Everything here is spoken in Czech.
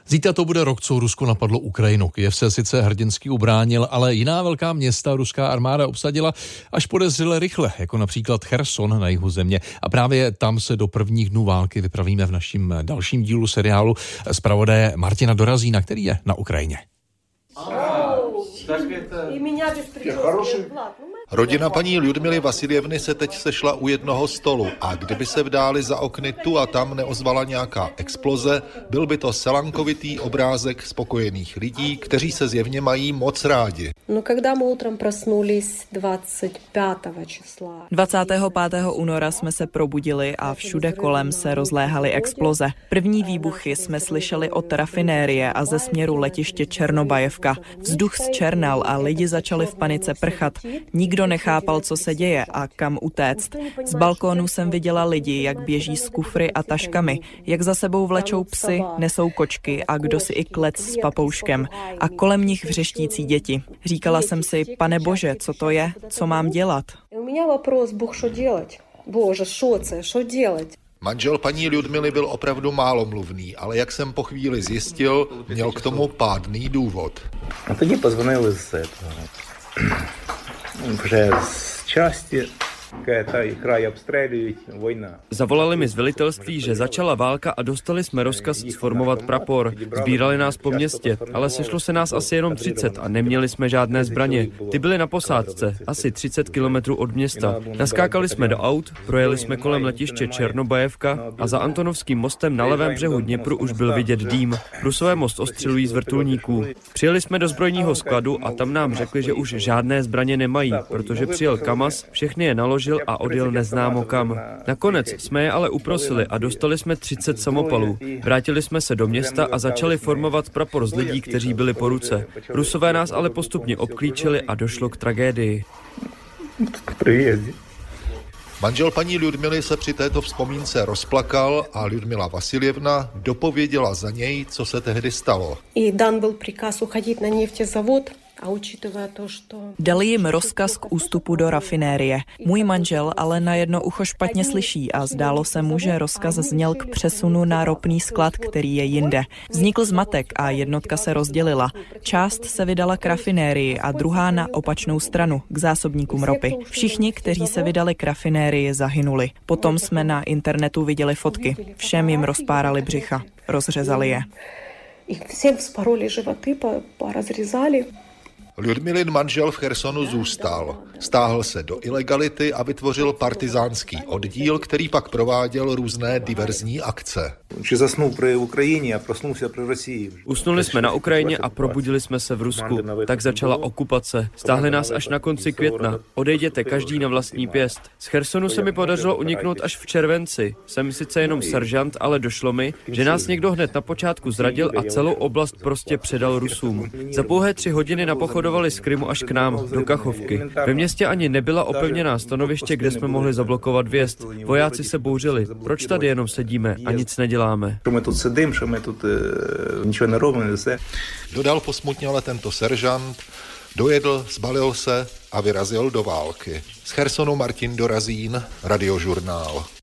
Zítra to bude rok, co Rusko napadlo Ukrajinu. Kyjev se sice hrdinsky ubránil, ale jiná velká města ruská armáda obsadila až podezřele rychle, jako například Cherson na jihu země. A právě tam se do prvních dnů války vypravíme v naším dalším dílu seriálu zpravodaje Martina Dorazína, který je na Ukrajině. Rodina paní Ljudmily Vasiljevny se teď sešla u jednoho stolu a kdyby se vdáli za okny tu a tam neozvala nějaká exploze, byl by to selankovitý obrázek spokojených lidí, kteří se zjevně mají moc rádi. 25. února jsme se probudili a všude kolem se rozléhaly exploze. První výbuchy jsme slyšeli od rafinérie a ze směru letiště Černobajevka. Vzduch zčernal a lidi začali v panice prchat. Nikdo nechápal, co se děje a kam utéct. Z balkónu jsem viděla lidi, jak běží s kufry a taškami, jak za sebou vlečou psy, nesou kočky a kdo si i klec s papouškem. A kolem nich vřeštící děti. Říkala jsem si, Pane Bože, co to je? Co mám dělat? Manžel paní Ljudmily byl opravdu málomluvný, ale jak jsem po chvíli zjistil, měl k tomu pádný důvod. A тоді позвонили з этого. Вже з часті, край обстрілюють, війна. Zavolali mi z velitelství, že začala válka a dostali jsme rozkaz sformovat prapor. Sbírali nás po městě, ale sešlo se nás asi jenom 30 a neměli jsme žádné zbraně. Ty byly na posádce, asi 30 kilometrů od města. Naskákali jsme do aut, projeli jsme kolem letiště Černobajevka a za Antonovským mostem na levém břehu Dněpru už byl vidět dým. Rusové most ostřelují z vrtulníků. Přijeli jsme do zbrojního skladu a tam nám řekli, že už žádné zbraně nemají, protože přijel Kamaz, všechny je naložil a odjel neznámo kam. Nakonec jsme je ale uprosili a dostali jsme 30 samopalů. Vrátili jsme se do města a začali formovat prapor z lidí, kteří byli po ruce. Rusové nás ale postupně obklíčili a došlo k tragédii. Manžel paní Ljudmily se při této vzpomínce rozplakal a Ljudmila Vasiljevna dopověděla za něj, co se tehdy stalo. Dali jim rozkaz k ústupu do rafinérie. Můj manžel ale na jedno ucho špatně slyší a zdálo se mu, že rozkaz zněl k přesunu na ropný sklad, který je jinde. Vznikl zmatek a jednotka se rozdělila. Část se vydala k rafinérii a druhá na opačnou stranu, k zásobníkům ropy. Všichni, kteří se vydali k rafinérii, zahynuli. Potom jsme na internetu viděli fotky. Všem jim rozpárali břicha. Rozřezali je. Всем вспороли животы, поразрезали. Ljudmilin manžel v Chersonu zůstal. Stáhl se do ilegality a vytvořil partizánský oddíl, který pak prováděl různé diverzní akce. Usnuli jsme na Ukrajině a probudili jsme se v Rusku. Tak začala okupace. Stáhli nás až na konci května. Odejděte každý na vlastní pěst. Z Chersonu se mi podařilo uniknout až v červenci. Jsem sice jenom seržant, ale došlo mi, že nás někdo hned na počátku zradil a celou oblast prostě předal Rusům. Za pouhé 3 hodiny napochodovali z Krymu až k nám, do Kachovky. Ve městě ani nebyla opevněná stanoviště, kde jsme mohli zablokovat vjezd. Vojáci se bouřili. Proč tady jenom sedíme a nic neděláme? Dodal posmutněle tento seržant, dojedl, zbalil se a vyrazil do války. Z Chersonu Martin Dorazín, Radiožurnál.